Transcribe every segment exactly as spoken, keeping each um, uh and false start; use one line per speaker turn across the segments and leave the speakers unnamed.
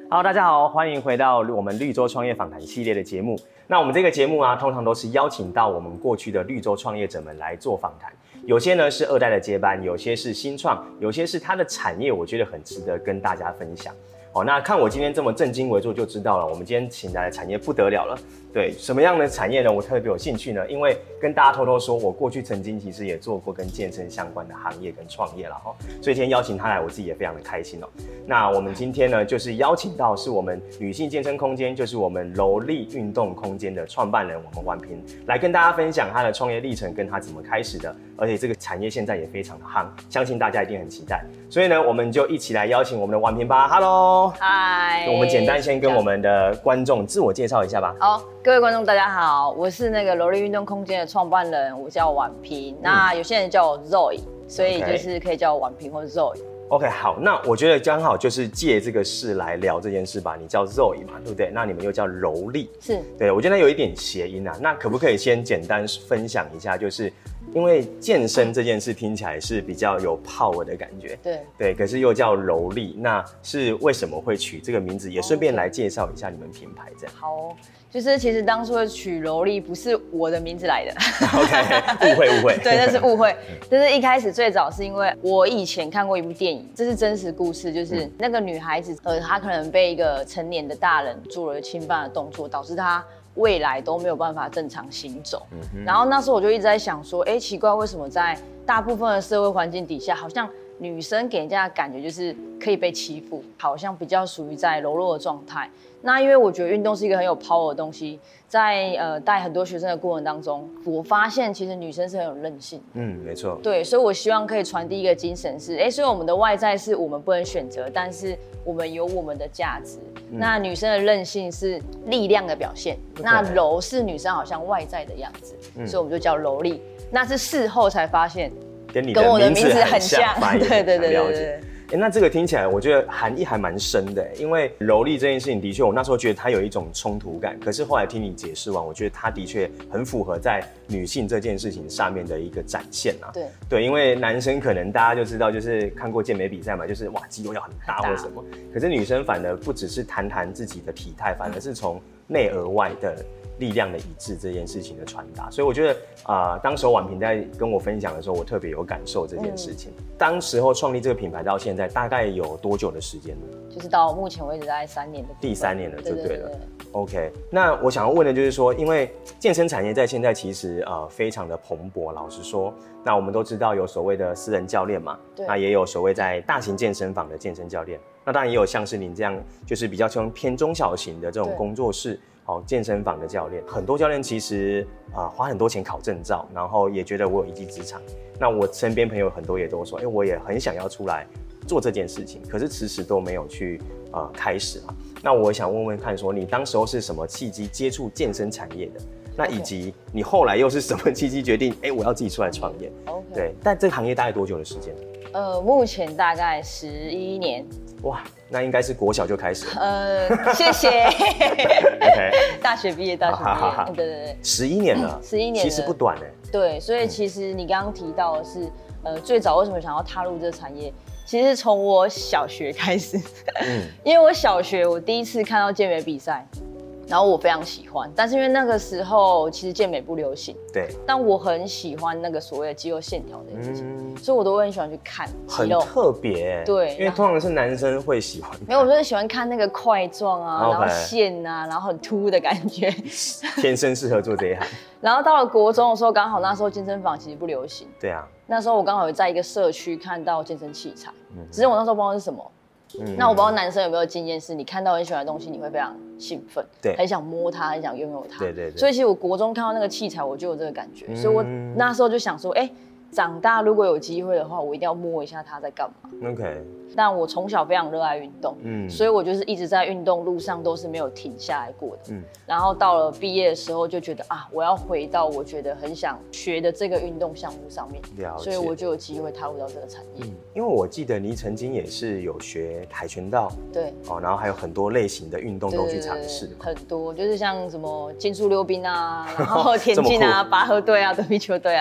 Hello， 大家好，欢迎回到我们绿洲创业访谈系列的节目。那我们这个节目啊，通常都是邀请到我们过去的绿洲创业者们来做访谈。有些呢是二代的接班，有些是新创，有些是它的产业，我觉得很值得跟大家分享。哦，那看我今天这么正襟危坐就知道了，我们今天请来的产业不得了了。对，什么样的产业呢？我特别有兴趣呢，因为跟大家偷偷说，我过去曾经其实也做过跟健身相关的行业跟创业了哈，所以今天邀请他来，我自己也非常的开心哦。那我们今天呢，就是邀请到是我们女性健身空间，就是我们柔力运动空间的创办人，我们婉萍来跟大家分享他的创业历程跟他怎么开始的，而且这个产业现在也非常的夯，相信大家一定很期待。所以呢，我们就一起来邀请我们的婉萍吧。Hello，
嗨，
我们简单先跟我们的观众自我介绍一下吧。
好，各位观众大家好，我是那个柔力运动空间的创办人，我叫婉萍、嗯。那有些人叫我 Zoe， 所以就是可以叫我婉萍或者 Zoe。OK，
好，那我觉得刚好就是借这个事来聊这件事吧。你叫 Zoe 嘛，对不对？那你们又叫柔力，
是
对，我觉得有一点谐音啊。那可不可以先简单分享一下，就是因为健身这件事听起来是比较有 power 的感觉，
对
对，可是又叫柔力，那是为什么会取这个名字？也顺便来介绍一下你们品牌，这样。
好、哦，就是其实当初会取柔力不是我的名字来的
，OK， 误会误会，
对，那是误会。就是一开始最早是因为我以前看过一部电影，这是真实故事，就是那个女孩子，呃，她可能被一个成年的大人做了侵犯的动作，导致她未来都没有办法正常行走。嗯、然后那时候我就一直在想说，哎，奇怪，为什么在大部分的社会环境底下，好像女生给人家的感觉就是可以被欺负，好像比较属于在柔弱的状态。那因为我觉得运动是一个很有 power 的东西，在呃带很多学生的过程当中，我发现其实女生是很有韧性。
嗯，没错。
对，所以我希望可以传递一个精神是，哎，虽然我们的外在是我们不能选择，但是我们有我们的价值。嗯、那女生的韧性是力量的表现， okay. 那柔是女生好像外在的样子，嗯、所以我们就叫柔力。那是事后才发现，
跟你的名字很像，
对对对对对。
哎、欸，那这个听起来，我觉得含义还蛮深的。因为柔力这件事情，的确，我那时候觉得它有一种冲突感。可是后来听你解释完，我觉得它的确很符合在女性这件事情上面的一个展现啊。
对
对，因为男生可能大家就知道，就是看过健美比赛嘛，就是哇肌肉要很大或什么。可是女生反而不只是谈谈自己的体态，反而是从内而外的力量的一致这件事情的传达，所以我觉得啊、呃，当时候婉萍在跟我分享的时候，我特别有感受这件事情。嗯、当时候创立这个品牌到现在，大概有多久的时间呢？
就是到目前为止大概三年的。
第三年了，就对了。
对对对对
OK， 那我想要问的就是说，因为健身产业在现在其实呃非常的蓬勃，老实说，那我们都知道有所谓的私人教练嘛，那也有所谓在大型健身房的健身教练，那当然也有像是您这样就是比较偏中小型的这种工作室。哦，健身房的教练，很多教练其实啊、呃、花很多钱考证照，然后也觉得我有一技之长。那我身边朋友很多也都说，哎、欸，我也很想要出来做这件事情，可是迟迟都没有去呃开始嘛。那我想问问看，说你当时候是什么契机接触健身产业的？那以及你后来又是什么契机决定，哎、欸，我要自己出来创业
？OK， 对。
但这个行业大概多久的时间？
呃，目前大概十一年。
哇，那应该是国小就开始了。
呃，谢谢。
OK，
大学毕业，大学毕业，好好好对对对，
十一年了，
十一年，
其实不短哎。
对，所以其实你刚刚提到的是，呃，最早为什么想要踏入这个产业，其实从我小学开始，嗯，因为我小学我第一次看到健美比赛。然后我非常喜欢，但是因为那个时候其实健美不流行，
对，
但我很喜欢那个所谓的肌肉线条这件事情，嗯、所以我都会很喜欢去看肌肉，
很特别，
对，
因为通常是男生会喜欢看，
没有，我就是喜欢看那个块状啊， okay. 然后线啊，然后很凸的感觉，
天生适合做这一行。
然后到了国中的时候，刚好那时候健身房其实不流行，
对啊，
那时候我刚好有在一个社区看到健身器材，嗯、只是我那时候不知道是什么。嗯、那我不知道男生有没有经验，是你看到很喜欢的东西，你会非常兴奋，
对，
很想摸它，很想拥有它，
对对对。
所以其实我国中看到那个器材，我就有这个感觉，嗯、所以我那时候就想说，哎、欸，长大如果有机会的话，我一定要摸一下它在干嘛。
OK。
但我从小非常热爱运动，嗯，所以我就是一直在运动路上都是没有停下来过的，嗯。然后到了毕业的时候，就觉得啊，我要回到我觉得很想学的这个运动项目上面，
了解，
所以我就有机会踏入到这个产业。嗯，
因为我记得你曾经也是有学跆拳道，
对，
哦，然后还有很多类型的运动都去尝试，
很多就是像什么竞速溜冰啊，然后田径啊、拔河队啊、躲避球队啊，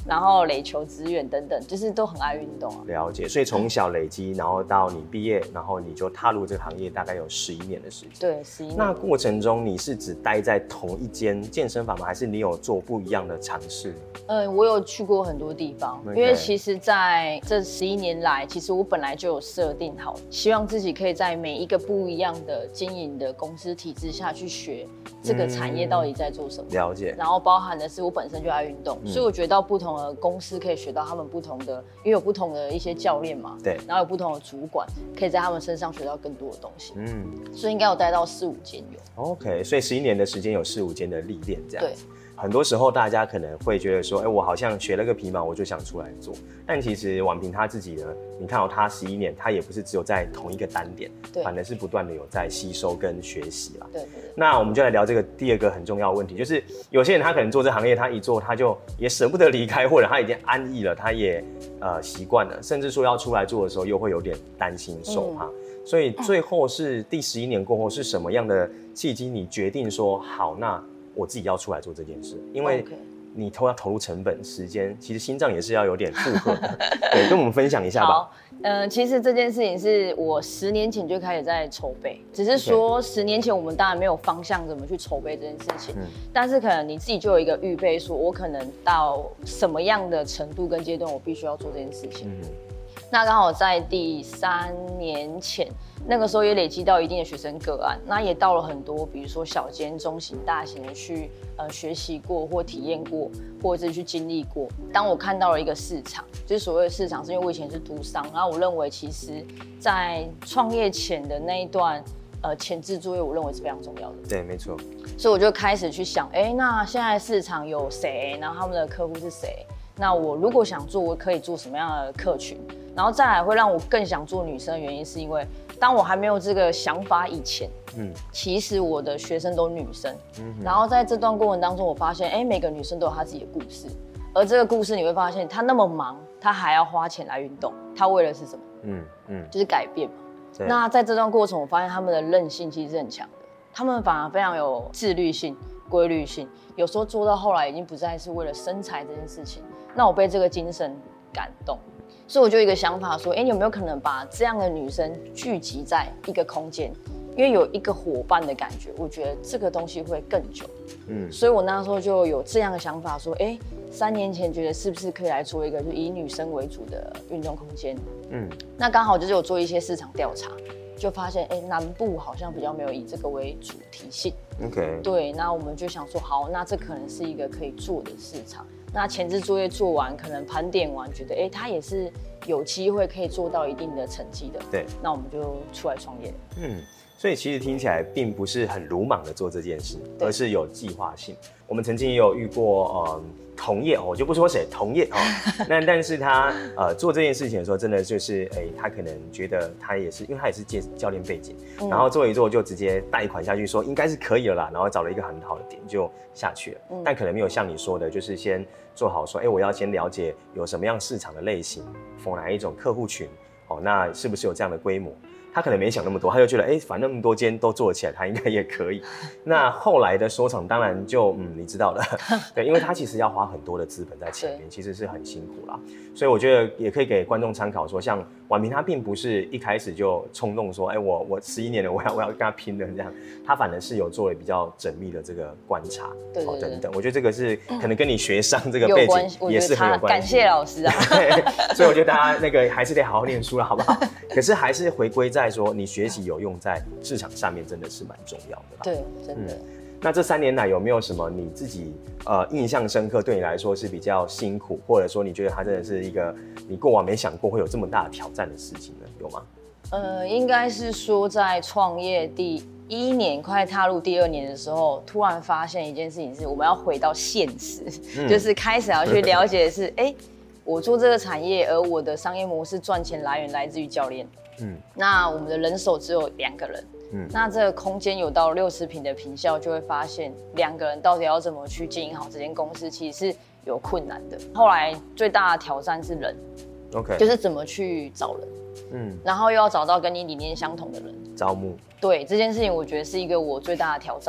然后垒球、资源等等，就是都很爱运动啊。
了解，所以从小累积，然后到你毕业，然后你就踏入这个行业，大概有十一年的时间。
对，十一年。
那过程中你是只待在同一间健身房吗？还是你有做不一样的尝试？
嗯，我有去过很多地方， okay. 因为其实在这十一年来，其实我本来就有设定好，希望自己可以在每一个不一样的经营的公司体制下去学这个产业到底在做什么。嗯、了解。然后包含的是我本身就爱运动，嗯、所以我觉得到不同的公司可以学到他们不同的，因为有不同的一些教练嘛，对，然后有不同的主管，可以在他们身上学到更多的东西。嗯，所以应该有待到四五间有。
OK， 所以十一年的时间有四五间的历练这样子。
对。
很多时候大家可能会觉得说，哎、欸，我好像学了个皮毛，我就想出来做。但其实婉萍她自己呢，你看到、喔、她十一年，她也不是只有在同一个单点，反而是不断的有在吸收跟学习啦。
对对对。
那我们就来聊这个第二个很重要的问题，就是有些人他可能做这行业，他一做他就也舍不得离开，或者他已经安逸了，他也呃习惯了，甚至说要出来做的时候又会有点担心受怕。嗯、所以最后是第十一年过后是什么样的契机，你决定说好那？我自己要出来做这件事，因为你投要投入成本、时间，其实心脏也是要有点负荷的。对，跟我们分享一下吧。
好，呃，其实这件事情是我十年前就开始在筹备，只是说十年前我们当然没有方向怎么去筹备这件事情，嗯、但是可能你自己就有一个预备，说我可能到什么样的程度跟阶段，我必须要做这件事情。嗯、那刚好在第三年前。那个时候也累积到一定的学生个案，那也到了很多，比如说小间、中型、大型的去呃学习过或体验过，或者是去经历过。当我看到了一个市场，就是所谓的市场，是因为我以前是读商，然后我认为其实在创业前的那一段呃前置作业，我认为是非常重要的。
对，没错。
所以我就开始去想，哎、欸，那现在市场有谁？然后他们的客户是谁？那我如果想做，我可以做什么样的客群？然后再来会让我更想做女生的原因，是因为当我还没有这个想法以前，嗯，其实我的学生都女生，嗯，然后在这段过程当中，我发现，哎、欸，每个女生都有她自己的故事，而这个故事你会发现，她那么忙，她还要花钱来运动，她为的是什么？嗯嗯，就是改变嘛。那在这段过程，我发现他们的韧性其实是很强的，他们反而非常有自律性、规律性，有时候做到后来已经不再是为了身材这件事情。那我被这个精神感动。所以我就有一个想法说，哎、欸，你有没有可能把这样的女生聚集在一个空间？因为有一个伙伴的感觉，我觉得这个东西会更久。嗯，所以我那时候就有这样的想法说，哎、欸，三年前觉得是不是可以来做一个就以女生为主的运动空间？嗯，那刚好就是有做一些市场调查，就发现，哎、欸，南部好像比较没有以这个为主题性。
OK，
对，那我们就想说，好，那这可能是一个可以做的市场。那前置作业做完，可能盘点完，觉得哎、欸，他也是有机会可以做到一定的成绩的。对，那我们就出来创业。嗯，
所以其实听起来并不是很鲁莽的做这件事，而是有计划性。我们曾经也有遇过，呃，同业，我就不说谁，同业哦。那但是他呃做这件事情的时候，真的就是哎、欸，他可能觉得他也是，因为他也是教教练背景，嗯、然后做一做就直接贷款下去，说应该是可以了啦，然后找了一个很好的点就下去了。嗯、但可能没有像你说的，就是先做好说，哎、欸，我要先了解有什么样市场的类型，否哪一种客户群，哦，那是不是有这样的规模？他可能没想那么多，他就觉得，哎、欸，反正那么多间都做起来，他应该也可以。那后来的收场当然就，嗯，你知道的，对，因为他其实要花很多的资本在前面，其实是很辛苦啦。所以我觉得也可以给观众参考说，像婉萍他并不是一开始就冲动说，哎、欸，我我十一年了，我要我要跟他拼的这样，他反而是有做了比较缜密的这个观察，
对对对
等等。我觉得这个是可能跟你学商这个背景也是很有关系。
感谢老师啊。
对，所以我觉得大家那个还是得好好念书了，好不好？可是还是回归在说，你学习有用在市场上面，真的是蛮重要的啦。
对，真的。
嗯，那这三年来有没有什么你自己呃印象深刻，对你来说是比较辛苦，或者说你觉得它真的是一个你过往没想过会有这么大的挑战的事情呢？有吗？
呃，应该是说在创业第一年快踏入第二年的时候，突然发现一件事情是，我们要回到现实，嗯、就是开始要去了解的是，哎、欸，我做这个产业，而我的商业模式赚钱来源来自于教练。嗯，那我们的人手只有两个人。嗯，那这个空间有到六十坪的坪效，就会发现两个人到底要怎么去经营好这间公司，其实是有困难的。后来最大的挑战是人 ，OK， 就是怎么去找人，嗯，然后又要找到跟你理念相同的人，
招募。
对这件事情，我觉得是一个我最大的挑战。包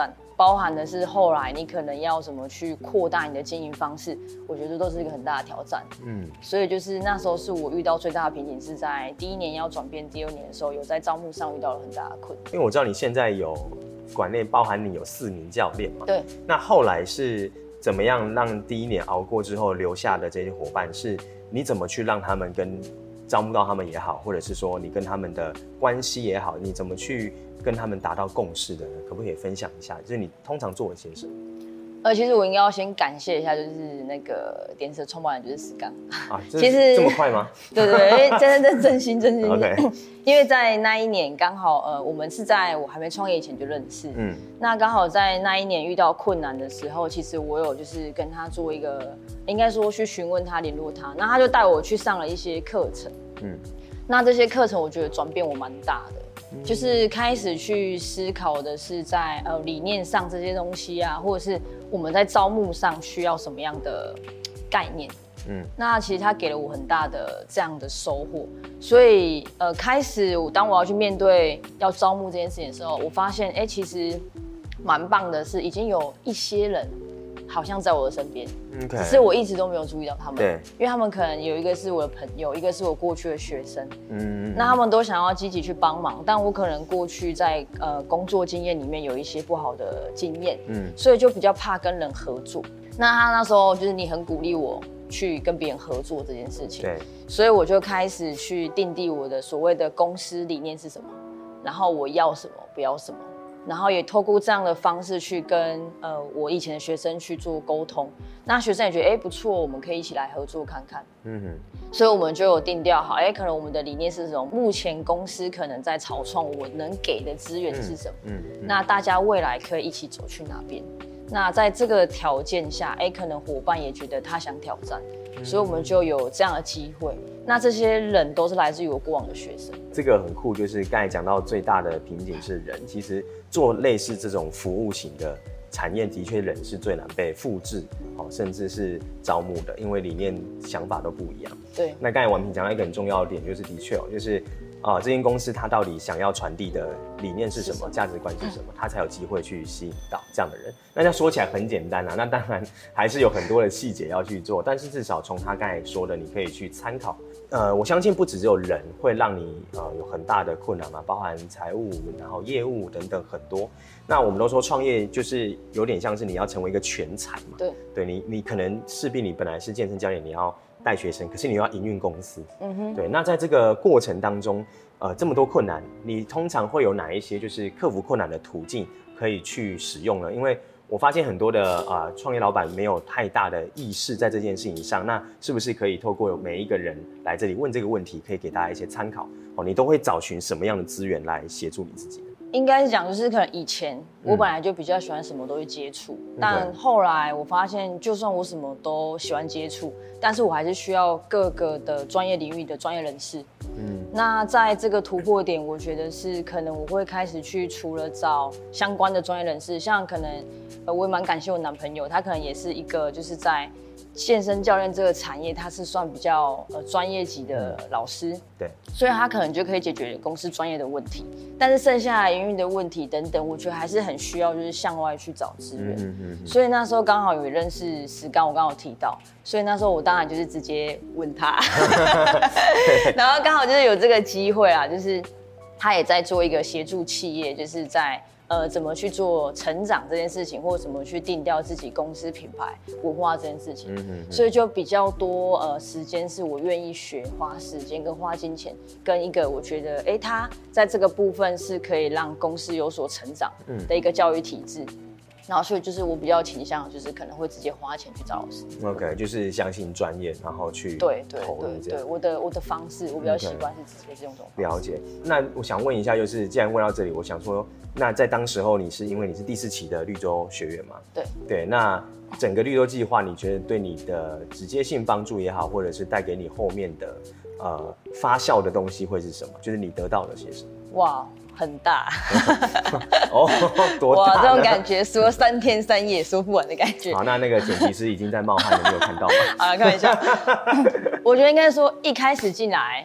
包含的是后来你可能要怎么去扩大你的经营方式，我觉得都是一个很大的挑战。嗯，所以就是那时候是我遇到最大的瓶颈，是在第一年要转变，第二年的时候有在招募上遇到了很大的困难。
因为我知道你现在有馆内包含你有四名教练嘛，
对。
那后来是怎么样让第一年熬过之后留下的这些伙伴，是你怎么去让他们跟招募到他们也好，或者是说你跟他们的关系也好，你怎么去跟他们达到共识的呢？可不可以分享一下？就是你通常做了些什么？
呃，其实我应该要先感谢一下，就是那个点石创办人就是石刚
啊，其实这么快吗？
对对对，真的真真心真心。
OK，
因为在那一年刚好呃，我们是在我还没创业以前就认识，嗯，那刚好在那一年遇到困难的时候，其实我有就是跟他做一个，应该说去询问他联络他，那他就带我去上了一些课程，嗯，那这些课程我觉得转变我蛮大的。就是开始去思考的是在呃理念上这些东西啊，或者是我们在招募上需要什么样的概念。嗯，那其实他给了我很大的这样的收获，所以呃开始我当我要去面对要招募这件事情的时候，我发现哎、欸、其实蛮棒的是已经有一些人好像在我的身边， Okay. 只是我一直都没有注意到他们。对，因为他们可能有一个是我的朋友，一个是我过去的学生，嗯，那他们都想要积极去帮忙，但我可能过去在呃工作经验里面有一些不好的经验，嗯，所以就比较怕跟人合作。那他那时候就是你很鼓励我去跟别人合作这件事情，对，所以我就开始去定义我的所谓的公司理念是什么，然后我要什么，不要什么。然后也透过这样的方式去跟呃我以前的学生去做沟通，那学生也觉得哎不错，我们可以一起来合作看看。嗯哼，所以我们就有定调好，哎，可能我们的理念是什么？目前公司可能在草创，我能给的资源是什么？嗯，嗯那大家未来可以一起走去哪边？那在这个条件下，哎，可能伙伴也觉得他想挑战，嗯、所以我们就有这样的机会。那这些人都是来自于我过往的学生，
这个很酷。就是刚才讲到最大的瓶颈是人，其实做类似这种服务型的产业，的确人是最难被复制，甚至是招募的，因为理念想法都不一样。
对。
那刚才婉萍讲到一个很重要的点，就是的确哦，就是啊、呃，这间公司它到底想要传递的理念是什么，价值观是什么，它才有机会去吸引到这样的人。那要说起来很简单啊，那当然还是有很多的细节要去做，但是至少从他刚才说的，你可以去参考。呃，我相信不只只有人会让你呃有很大的困难嘛，包含财务，然后业务等等很多。那我们都说创业就是有点像是你要成为一个全才嘛，
对，
对你你可能势必你本来是健身教练，你要带学生，可是你要营运公司，嗯哼，对。那在这个过程当中，呃，这么多困难，你通常会有哪一些就是克服困难的途径可以去使用呢？因为我发现很多的啊创业老板没有太大的意识在这件事情上，那是不是可以透过每一个人来这里问这个问题，可以给大家一些参考？哦，你都会找寻什么样的资源来协助你自己呢？
应该是讲，就是可能以前我本来就比较喜欢什么都去接触，嗯、但后来我发现，就算我什么都喜欢接触，但是我还是需要各个的专业领域的专业人士。嗯，那在这个突破点，我觉得是可能我会开始去除了找相关的专业人士，像可能呃我也蛮感谢我男朋友，他可能也是一个就是在健身教练这个产业，他是算比较呃专业级的老师，
对，
所以他可能就可以解决公司专业的问题，但是剩下营运的问题等等，我觉得还是很需要就是向外去找资源。嗯嗯嗯、所以那时候刚好有认识石刚，我刚好提到，所以那时候我当然就是直接问他，然后刚好就是有这个机会啊，就是他也在做一个协助企业，就是在。呃，怎么去做成长这件事情，或者怎么去定调自己公司品牌文化这件事情，嗯嗯嗯所以就比较多呃时间是我愿意学，花时间跟花金钱，跟一个我觉得，哎，他在这个部分是可以让公司有所成长的一个教育体制。嗯然后，所以就是我比较倾向，就是可能会直接花钱去找老师。
OK， 就是相信专业，然后去
对对
投入这样。
对，我的我的方式，我比较习惯是直接这种方式。
了解。那我想问一下，就是既然问到这里，我想说，那在当时候你是因为你是第四期的绿洲学员嘛？
对
对。那整个绿洲计划，你觉得对你的直接性帮助也好，或者是带给你后面的呃发酵的东西会是什么？就是你得到了些什么？
哇！很大
哦，多大？
哇，这种感觉说三天三夜说不完的感觉。
好，那那个剪辑师已经在冒汗了，你有看到吗？
好了，开玩笑。我觉得应该说一开始进来，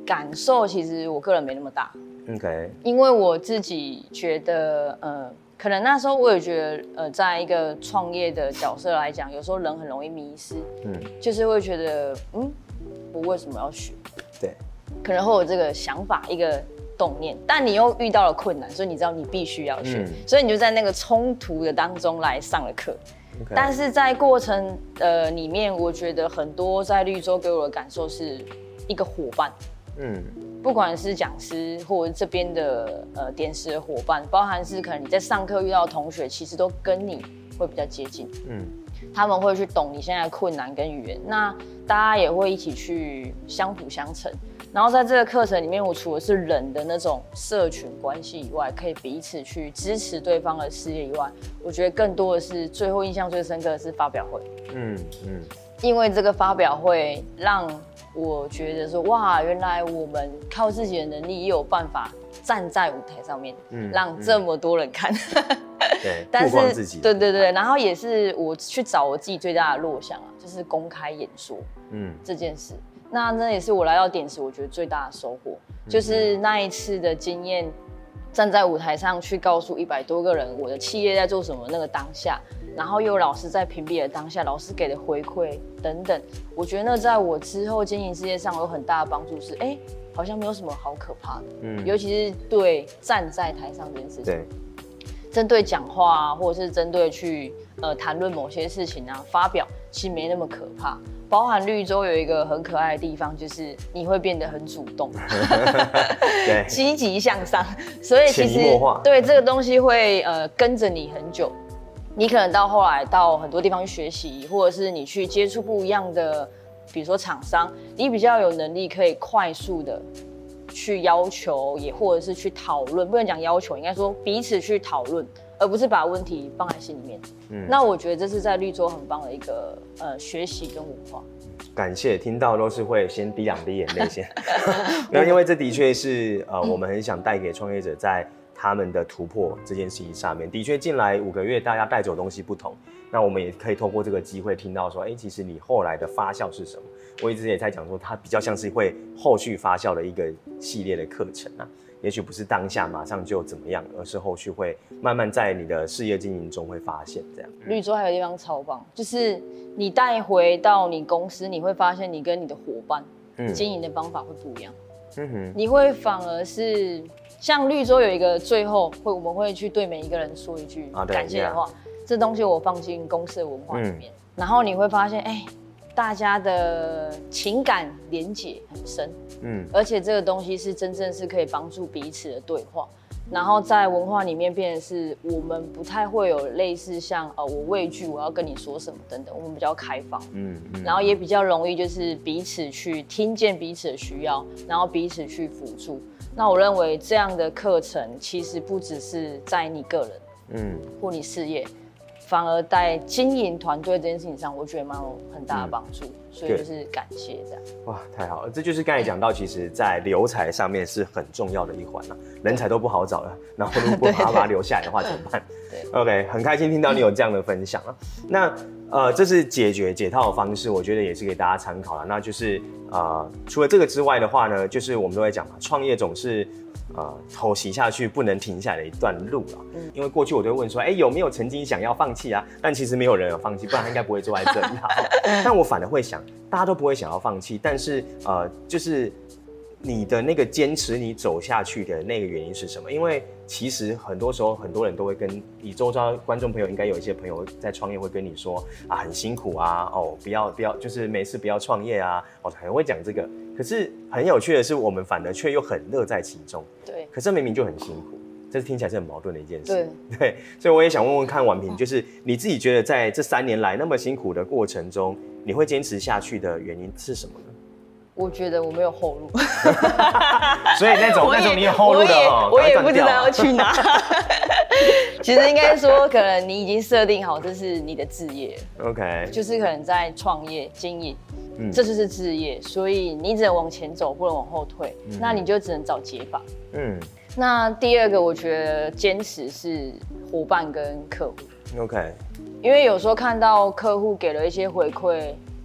感受其实我个人没那么大。
OK，
因为我自己觉得，呃，可能那时候我也觉得，呃，在一个创业的角色来讲，有时候人很容易迷失，嗯，就是会觉得，嗯，我为什么要学？
对，
可能会有这个想法，一个动念，但你又遇到了困难，所以你知道你必须要学，嗯、所以你就在那个冲突的当中来上了课。Okay. 但是在过程呃里面，我觉得很多在绿洲给我的感受是一个伙伴，嗯。不管是讲师或者这边的呃点石的伙伴，包含是可能你在上课遇到的同学，其实都跟你会比较接近，嗯，他们会去懂你现在的困难跟语言，那大家也会一起去相辅相成。然后在这个课程里面，我除了是人的那种社群关系以外，可以彼此去支持对方的事业以外，我觉得更多的是最后印象最深刻的是发表会，嗯嗯，因为这个发表会让我觉得说，哇，原来我们靠自己的能力也有办法站在舞台上面，嗯、让这么多人看。
对，
但
是自己
对对对，然后也是我去找我自己最大的弱项啊，就是公开演说，嗯，这件事。那那也是我来到点石，我觉得最大的收获，就是那一次的经验，站在舞台上去告诉一百多个人我的企业在做什么，那个当下。然后又有老师在评比的当下，老师给的回馈等等，我觉得那在我之后经营事业上有很大的帮助是，哎，好像没有什么好可怕的，嗯，尤其是对站在台上这件事情，
对，
针对讲话啊，或者是针对去呃谈论某些事情啊，发表其实没那么可怕。包含绿洲有一个很可爱的地方，就是你会变得很主动，
对，
积极向上，所以其实对这个东西会呃跟着你很久。你可能到后来到很多地方去学习，或者是你去接触不一样的，比如说厂商，你比较有能力可以快速的去要求，也或者是去讨论，不能讲要求，应该说彼此去讨论，而不是把问题放在心里面。嗯，那我觉得这是在绿洲很棒的一个呃学习跟文化。
感谢，听到都是会先滴两滴眼泪先，那因为这的确是呃我们很想带给创业者在他们的突破这件事情上面，的确进来五个月，大家带走的东西不同。那我们也可以透过这个机会听到说，哎、欸，其实你后来的发酵是什么？我一直也在讲说，它比较像是会后续发酵的一个系列的课程啊。也许不是当下马上就怎么样，而是后续会慢慢在你的事业经营中会发现这样。
绿洲还有地方超棒，就是你带回到你公司，你会发现你跟你的伙伴、嗯、经营的方法会不一样。嗯哼，你会反而是。像绿洲有一个最后会，我们会去对每一个人说一句感谢的话，啊、这东西我放进公司的文化里面，嗯、然后你会发现，哎、欸，大家的情感连结很深，嗯，而且这个东西是真正是可以帮助彼此的对话，然后在文化里面变成是我们不太会有类似像呃我畏惧我要跟你说什么等等，我们比较开放，嗯，嗯然后也比较容易就是彼此去听见彼此的需要，然后彼此去辅助。那我认为这样的课程其实不只是在你个人，嗯，或你事业，反而在经营团队这件事情上，我觉得蛮有很大的帮助，嗯、所以就是感谢这样。
哇，太好了！这就是刚才讲到，其实在留才上面是很重要的一环啊，人才都不好找了，然后如果不好把它留下来的话怎么办？对 ，OK， 很开心听到你有这样的分享啊。那呃，这是解决解套的方式，我觉得也是给大家参考了。那就是呃，除了这个之外的话呢，就是我们都会讲嘛，创业总是呃头洗下去不能停下来的一段路了。嗯，因为过去我都会问说，哎、欸，有没有曾经想要放弃啊？但其实没有人有放弃，不然他应该不会坐在这里。但我反而会想，大家都不会想要放弃，但是呃，就是你的那个坚持，你走下去的那个原因是什么？因为其实很多时候，很多人都会跟你周遭观众朋友，应该有一些朋友在创业会跟你说啊，很辛苦啊，哦，不要不要，就是没事不要创业啊，哦，很会讲这个。可是很有趣的是，我们反而却又很乐在其中。
对。
可是明明就很辛苦，这听起来是很矛盾的一件事。
对。
对，所以我也想问问看婉萍，就是你自己觉得在这三年来那么辛苦的过程中，你会坚持下去的原因是什么呢？
我觉得我没有后路，
所以那种那种你有后路的哦，
我也我也不知道要去哪。其实应该说，可能你已经设定好这是你的志业
，OK，
就是可能在创业经营，嗯，这就是志业，所以你只能往前走，不能往后退，嗯、那你就只能找解法。嗯，那第二个我觉得坚持是伙伴跟客户
，OK，
因为有时候看到客户给了一些回馈。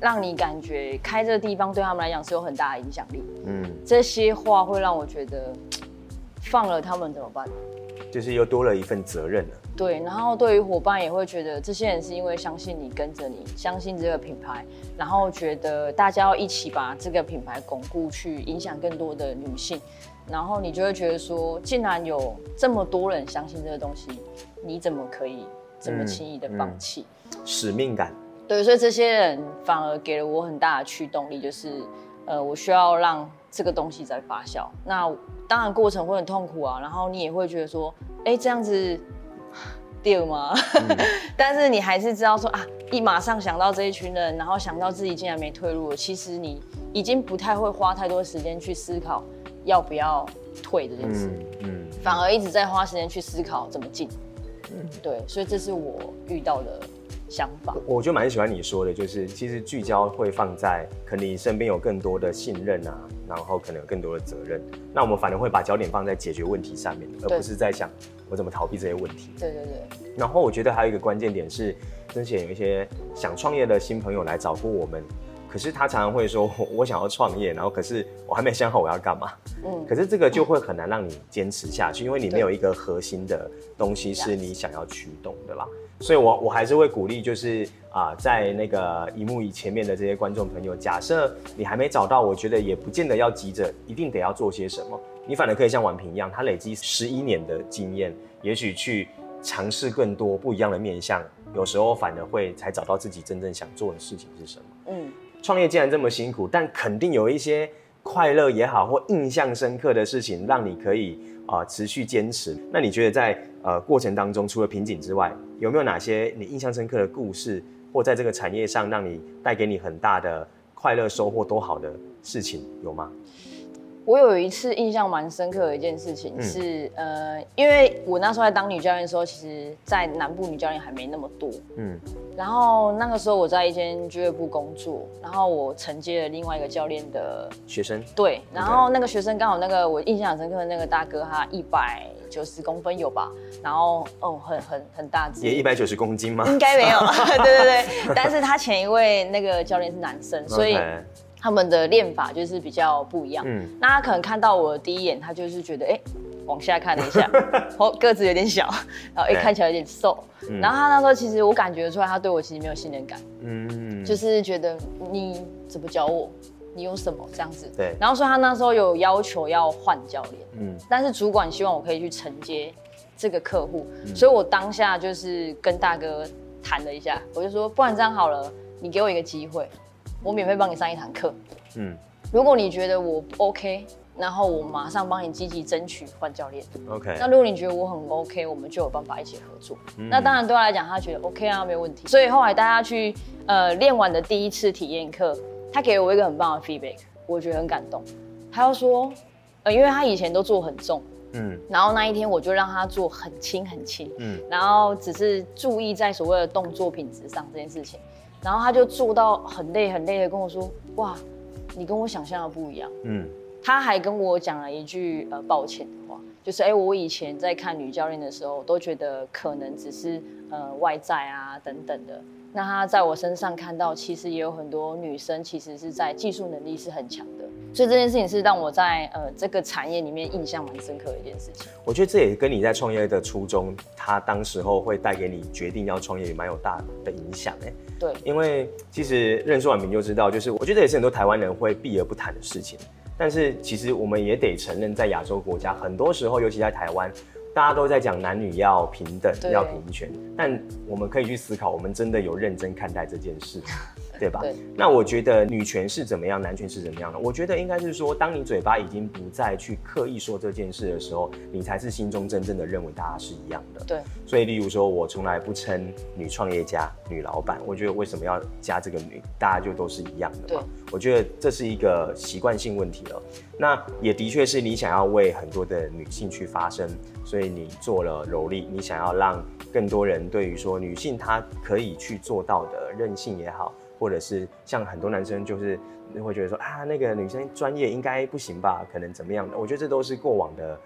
让你感觉开这个地方对他们来讲是有很大的影响力。
嗯，
这些话会让我觉得，放了他们怎么办？
就是又多了一份责任了。
对，然后对于伙伴也会觉得，这些人是因为相信你，跟着你，相信这个品牌，然后觉得大家要一起把这个品牌巩固，去影响更多的女性，然后你就会觉得说，既然有这么多人相信这个东西，你怎么可以这么轻易的放弃？
嗯嗯、使命感。
对，所以这些人反而给了我很大的驱动力，就是呃，我需要让这个东西在发酵。那当然过程会很痛苦啊，然后你也会觉得说，哎，这样子。对吗？嗯、但是你还是知道说啊，一马上想到这一群人，然后想到自己竟然没退路了，其实你已经不太会花太多时间去思考要不要退这件事，嗯，嗯反而一直在花时间去思考怎么进，嗯，对，所以这是我遇到的想法。
我就蛮喜欢你说的，就是其实聚焦会放在可能你身边有更多的信任啊，然后可能有更多的责任，那我们反而会把焦点放在解决问题上面，而不是在想我怎么逃避这些问题。
对对对。
然后我觉得还有一个关键点是，之前有一些想创业的新朋友来找过我们，可是他常常会说，我想要创业，然后可是我还没想好我要干嘛。嗯，可是这个就会很难让你坚持下去，因为你没有一个核心的东西是你想要驱动的啦。所以我我还是会鼓励，就是啊、呃，在那个荧幕以前面的这些观众朋友，假设你还没找到，我觉得也不见得要急着，一定得要做些什么。你反而可以像婉萍一样，他累积十一年的经验，也许去尝试更多不一样的面向，有时候反而会才找到自己真正想做的事情是什么。嗯，创业既然这么辛苦，但肯定有一些快乐也好，或印象深刻的事情，让你可以啊、呃、持续坚持。那你觉得在呃过程当中，除了瓶颈之外，有没有哪些你印象深刻的故事，或在这个产业上让你带给你很大的快乐收获都好的事情，有吗？
我有一次印象蛮深刻的一件事情是，嗯、呃，因为我那时候在当女教练的时候，其实在南部女教练还没那么多，嗯，然后那个时候我在一间俱乐部工作，然后我承接了另外一个教练的
学生，
对，然后那个学生刚好那个我印象很深刻的那个大哥，他一百九十公分有吧，然后哦很很很大只，
也一百九十公斤吗？
应该没有，对对对，但是他前一位那个教练是男生，所以。Okay.他们的练法就是比较不一样，嗯，那他可能看到我的第一眼，他就是觉得，哎、欸，往下看了一下，哦，个子有点小，然后哎、欸、看起来有点瘦，嗯、然后他那时候其实我感觉出来，他对我其实没有信任感，嗯，就是觉得你怎么教我，你有什么这样子，对，然后所以他那时候有要求要换教练，嗯，但是主管希望我可以去承接这个客户，嗯、所以我当下就是跟大哥谈了一下，我就说，不然这样好了，你给我一个机会。我免费帮你上一堂课，嗯，如果你觉得我 OK， 然后我马上帮你积极争取换教练 ，OK。那如果你觉得我很 OK， 我们就有办法一起合作。嗯、那当然对他来讲，他觉得 OK 啊，没有问题。所以后来大家去呃练完的第一次体验课，他给了我一个很棒的 feedback， 我觉得很感动。他又说，呃，因为他以前都做很重，嗯，然后那一天我就让他做很轻很轻，嗯，然后只是注意在所谓的动作品质上这件事情。然后他就做到很累很累的跟我说，哇，你跟我想象的不一样。嗯，他还跟我讲了一句呃抱歉的话，就是哎、欸，我以前在看女教练的时候，都觉得可能只是呃外在啊等等的。那他在我身上看到，其实也有很多女生其实是在技术能力是很强的。所以这件事情是让我在呃这个产业里面印象蛮深刻的一件事情。
我觉得这也跟你在创业的初衷，他当时候会带给你决定要创业也蛮有大的影响哎。
对，
因为其实认识婉萍就知道，就是我觉得也是很多台湾人会避而不谈的事情。但是其实我们也得承认，在亚洲国家，很多时候，尤其在台湾，大家都在讲男女要平等、要平权，但我们可以去思考，我们真的有认真看待这件事吗？对吧？对。那我觉得女权是怎么样，男权是怎么样的？我觉得应该是说，当你嘴巴已经不再去刻意说这件事的时候，你才是心中真正的认为大家是一样的。
对。
所以，例如说，我从来不称女创业家、女老板，我觉得为什么要加这个女？大家就都是一样的嘛。我觉得这是一个习惯性问题了。那也的确是你想要为很多的女性去发声，所以你做了柔力，你想要让更多人对于说女性她可以去做到的韧性也好。或者是像很多男生就是会觉得说啊，那个女生专业应该不行吧，可能怎么样的？我觉得这都是过往的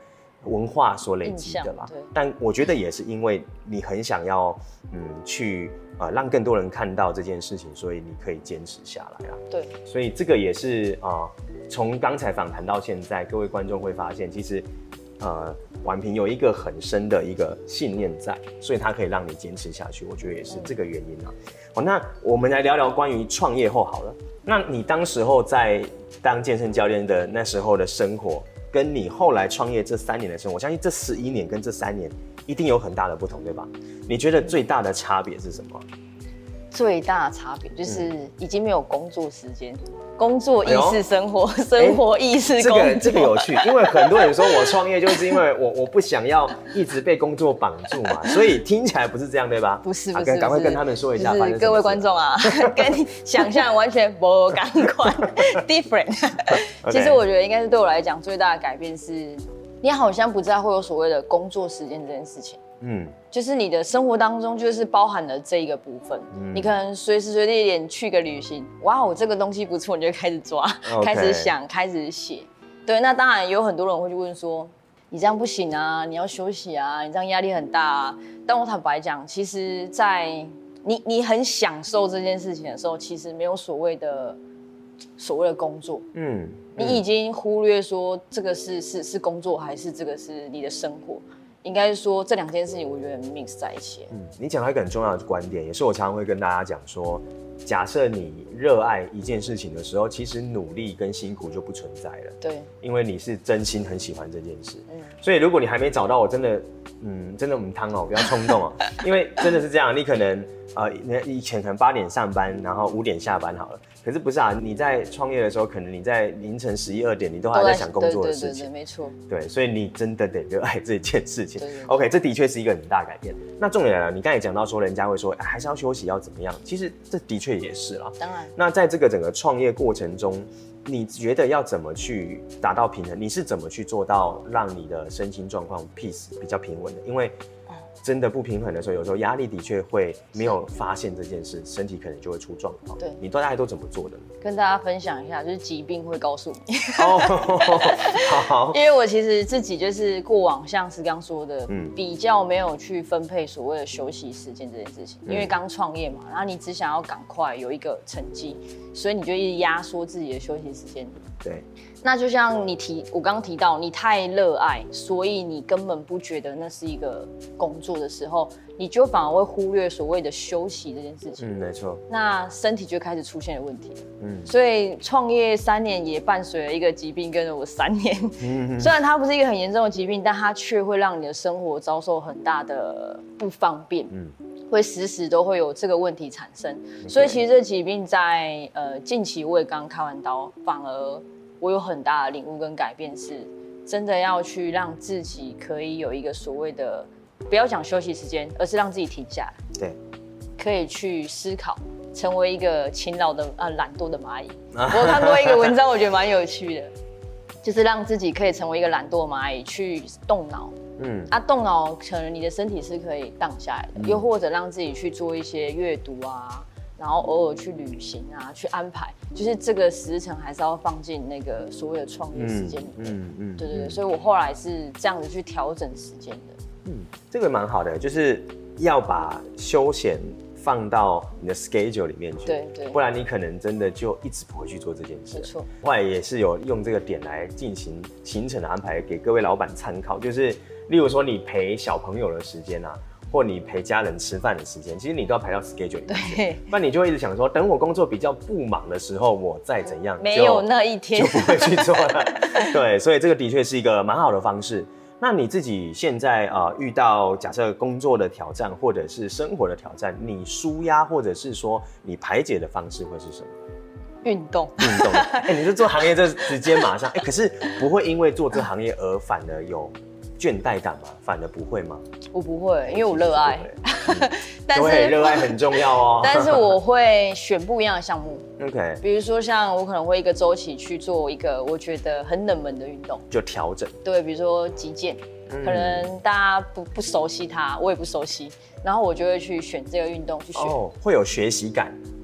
文化所累积的啦。但我觉得也是因为你很想要嗯去呃让更多人看到这件事情，所以你可以坚持下来啊。
对，
所以这个也是啊，从刚才访谈到现在，各位观众会发现，其实呃婉萍有一个很深的一个信念在，所以它可以让你坚持下去。我觉得也是这个原因啊。好，那我们来聊聊关于创业后好了。那你当时候在当健身教练的那时候的生活，跟你后来创业这三年的生活，我相信这十一年跟这三年一定有很大的不同，对吧？你觉得最大的差别是什么？
最大的差别就是已经没有工作时间，嗯、工作意识生活，哎、生活意识工作。
这个这个有趣，因为很多人说我创业就是因为我我不想要一直被工作绑住嘛，所以听起来不是这样，对吧？
不是，不是，
赶快跟他们说一下，
就是各位观众啊，跟你想象完全不同，different。其实我觉得应该是对我来讲最大的改变是，你好像不再会有所谓的工作时间这件事情。嗯，就是你的生活当中就是包含了这一个部分，嗯、你可能随时随地点去个旅行，哇，我这个东西不错，你就开始抓， okay. 开始想，开始写。对，那当然有很多人会去问说，你这样不行啊，你要休息啊，你这样压力很大啊。但我坦白讲，其实在你你很享受这件事情的时候，其实没有所谓的所谓的工作，嗯，嗯你已经忽略说这个是是是工作还是这个是你的生活。应该是说这两件事情，我觉得 mix 在一起。嗯，
你讲到一个很重要的观点，也是我常常会跟大家讲说，假设你热爱一件事情的时候，其实努力跟辛苦就不存在了。
对，
因为你是真心很喜欢这件事。嗯，所以如果你还没找到，我真的，嗯，真的母汤哦，不要冲动哦，因为真的是这样，你可能呃，以前可能八点上班，然后五点下班好了。可是不是啊？你在创业的时候，可能你在凌晨十一二点，你都还在想工作的事情。
对对对，没错。
对，所以你真的得热爱这件事情。对对对 OK， 这的确是一个很大改变。那重点来了，你刚才讲到说，人家会说，哎，还是要休息，要怎么样？其实这的确也是啦。
当然。
那在这个整个创业过程中，你觉得要怎么去达到平衡？你是怎么去做到让你的身心状况 peace 比较平稳的？因为真的不平衡的时候，有时候压力的确会没有发现这件事，身体可能就会出状况。对，你大概都怎么做的？
跟大家分享一下，就是疾病会告诉你。
哦，好。
因为我其实自己就是过往像是刚说的，嗯，比较没有去分配所谓的休息时间这件事情，嗯、因为刚创业嘛，然后你只想要赶快有一个成绩，所以你就一直压缩自己的休息时间。
对。
那就像你提，我刚刚提到，你太热爱，所以你根本不觉得那是一个工作的时候，你就反而会忽略所谓的休息这件事情。
嗯，没错。
那身体就开始出现了问题。嗯，所以创业三年也伴随了一个疾病跟着我三年。嗯，虽然它不是一个很严重的疾病，但它却会让你的生活遭受很大的不方便。嗯。会时时都会有这个问题产生， okay. 所以其实这疾病在呃近期我也刚开完刀，反而我有很大的领悟跟改变，是真的要去让自己可以有一个所谓的，不要讲休息时间，而是让自己停下来，
对，
可以去思考，成为一个勤劳的呃懒惰的蚂蚁。我有看过一个文章，我觉得蛮有趣的，就是让自己可以成为一个懒惰的蚂蚁，去动脑。嗯，啊，动脑可能你的身体是可以荡下来的，嗯、又或者让自己去做一些阅读啊，然后偶尔去旅行啊，去安排，就是这个时程还是要放进那个所谓的创业时间里面。嗯嗯，对对对，所以我后来是这样子去调整时间的。
嗯，这个蛮好的，就是要把休闲放到你的 schedule 里面去，
对对，
不然你可能真的就一直不会去做这件事。
没错，
后来也是有用这个点来进行行程的安排，给各位老板参考，就是。例如说，你陪小朋友的时间啊，或你陪家人吃饭的时间，其实你都要排到 schedule 里面去。对，不然你就会一直想说，等我工作比较不忙的时候，我再怎样，
没有那一天
就不会去做了。对，所以这个的确是一个蛮好的方式。那你自己现在啊、呃，遇到假设工作的挑战或者是生活的挑战，你抒压或者是说你排解的方式会是什么？
运动，
运动。哎、欸，你是做行业就直接马上哎、欸，可是不会因为做这行业而反而有倦怠感吗？反而不会吗？
我不会，因为我热爱。
但是热爱很重要哦。
但是我会选不一样的项目。
OK。
比如说像我可能会一个周期去做一个我觉得很冷门的运动，
就调整。
对，比如说击剑，嗯、可能大家不不熟悉它，我也不熟悉，然后我就会去选这个运动去学。
哦，会有学习感。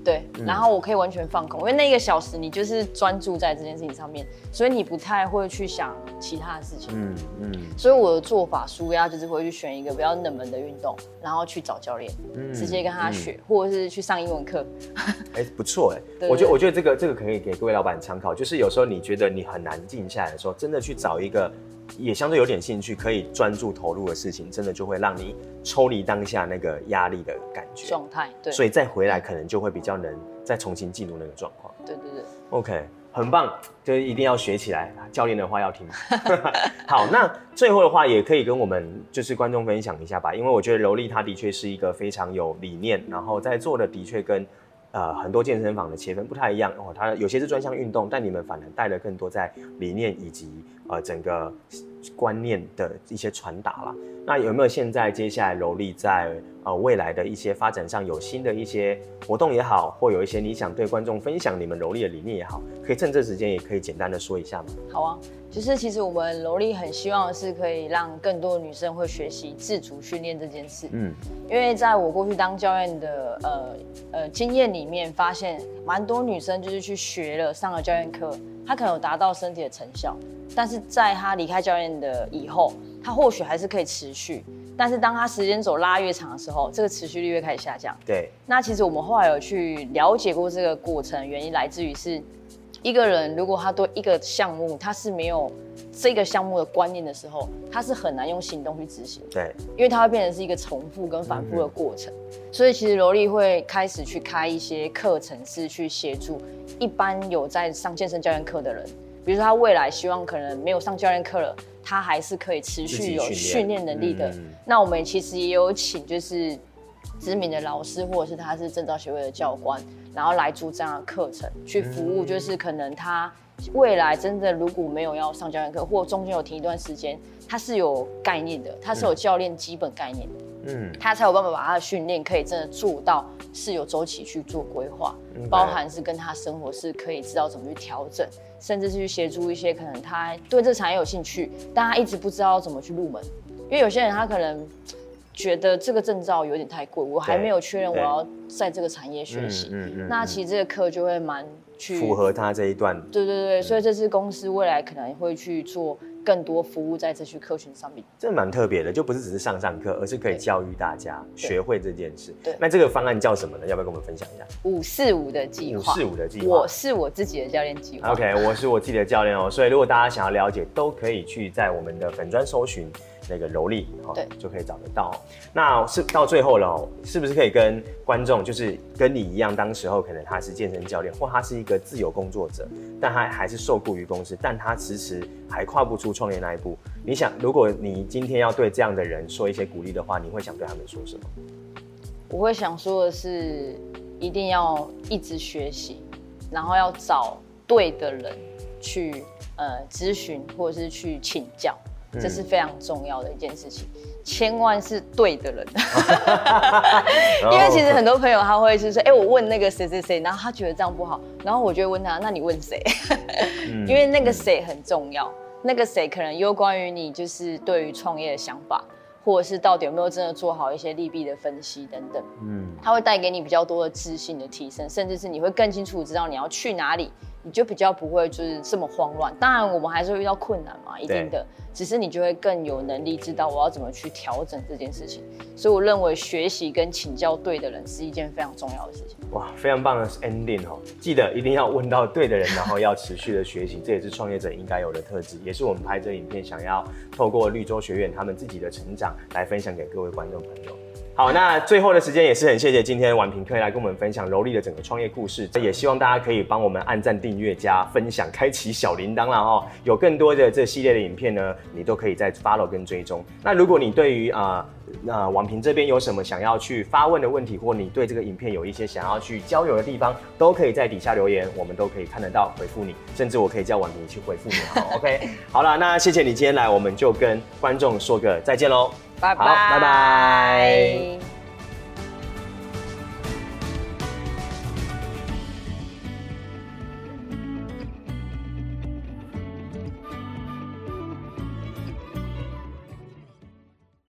对，嗯、然后我可以完全放空，因为那一个小时你就是专注在这件事情上面，所以你不太会去想其他的事情。嗯嗯。所以我的做法舒压就是会去选一个比较冷门的运动，然后去找教练，嗯、直接跟他学，嗯、或者是去上英文课。
哎，不错哎，我觉得我觉得这个这个可以给各位老板参考，就是有时候你觉得你很难静下来的时候，真的去找一个也相对有点兴趣、可以专注投入的事情，真的就会让你抽离当下那个压力的感觉
状态。对，
所以再回来可能就会比较能再重新进入那个状况。
对对对
，OK， 很棒，就是一定要学起来，教练的话要听。好，那最后的话也可以跟我们就是观众分享一下吧，因为我觉得柔力它的确是一个非常有理念，然后在做的的确跟呃很多健身房的切分不太一样哦，它有些是专项运动，但你们反而带了更多在理念以及呃整个观念的一些传达啦。那有没有现在接下来柔力在呃未来的一些发展上有新的一些活动也好，或有一些你想对观众分享你们柔力的理念也好，可以趁这时间也可以简单的说一下吗？
好啊，就是其实我们柔力很希望的是可以让更多的女生会学习自主训练这件事。嗯，因为在我过去当教练的呃呃经验里面，发现蛮多女生就是去学了上了教练课，她可能有达到身体的成效，但是在她离开教练的以后，她或许还是可以持续，但是当她时间轴拉越长的时候，这个持续力越开始下降。
对，
那其实我们后来有去了解过这个过程，原因来自于是一个人如果他对一个项目他是没有这个项目的观念的时候，他是很难用行动去执行。
对，
因为它会变成是一个重复跟反复的过程。嗯、所以其实柔力会开始去开一些课程，是去协助一般有在上健身教练课的人，比如说他未来希望可能没有上教练课了，他还是可以持续有训练能力的。嗯、那我们其实也有请就是知名的老师，或者是他是证照协会的教官，然后来做这样的课程，去服务就是可能他未来真的如果没有要上教练课，或中间有停一段时间，他是有概念的，他是有教练基本概念的，嗯，他才有办法把他的训练可以真的做到是有周期去做规划，嗯、包含是跟他生活是可以知道怎么去调整，甚至是去协助一些可能他对这产业有兴趣，但他一直不知道怎么去入门，因为有些人他可能觉得这个证照有点太贵，我还没有确认我要在这个产业学习，嗯嗯嗯、那其实这个课就会蛮去
符合他这一段。
对对对，嗯、所以这是公司未来可能会去做更多服务在这些客群上面。
这蛮特别的，就不是只是上上课，而是可以教育大家学会这件事。
对，
那这个方案叫什么呢？要不要跟我们分享一下？
五四五的计划。
五四五的计划。
我是我自己的教练计划。
OK， 我是我自己的教练哦。所以如果大家想要了解，都可以去在我们的粉专搜寻那个柔力，对，就可以找得到。那是到最后了哦，是不是可以跟观众，就是跟你一样，当时候可能他是健身教练，或他是一个自由工作者，但他还是受雇于公司，但他迟迟还跨不出创业那一步。你想，如果你今天要对这样的人说一些鼓励的话，你会想对他们说什么？
我会想说的是，一定要一直学习，然后要找对的人去呃咨询或者是去请教。这是非常重要的一件事情，千万是对的人。因为其实很多朋友他会就是说，哎、欸，我问那个谁谁谁，然后他觉得这样不好，然后我就会问他，那你问谁？嗯、因为那个谁很重要，那个谁可能有关于你就是对于创业的想法，或者是到底有没有真的做好一些利弊的分析等等。嗯，他会带给你比较多的自信的提升，甚至是你会更清楚知道你要去哪里。你就比较不会就是这么慌乱，当然我们还是会遇到困难嘛，一定的，只是你就会更有能力知道我要怎么去调整这件事情。所以我认为学习跟请教对的人是一件非常重要的事情。
哇，非常棒的 ending 哦！记得一定要问到对的人，然后要持续的学习，这也是创业者应该有的特质，也是我们拍这影片想要透过绿洲学院他们自己的成长来分享给各位观众朋友。好，那最后的时间也是很谢谢今天婉萍可以来跟我们分享柔力的整个创业故事，也希望大家可以帮我们按赞、订阅、加分享、开启小铃铛啦哦。有更多的这系列的影片呢，你都可以在 follow 跟追踪。那如果你对于啊呃婉萍这边有什么想要去发问的问题，或你对这个影片有一些想要去交流的地方，都可以在底下留言，我们都可以看得到回复你，甚至我可以叫婉萍去回复你。好 ，OK， 好了，那谢谢你今天来，我们就跟观众说个再见喽，
拜拜，
好，拜拜。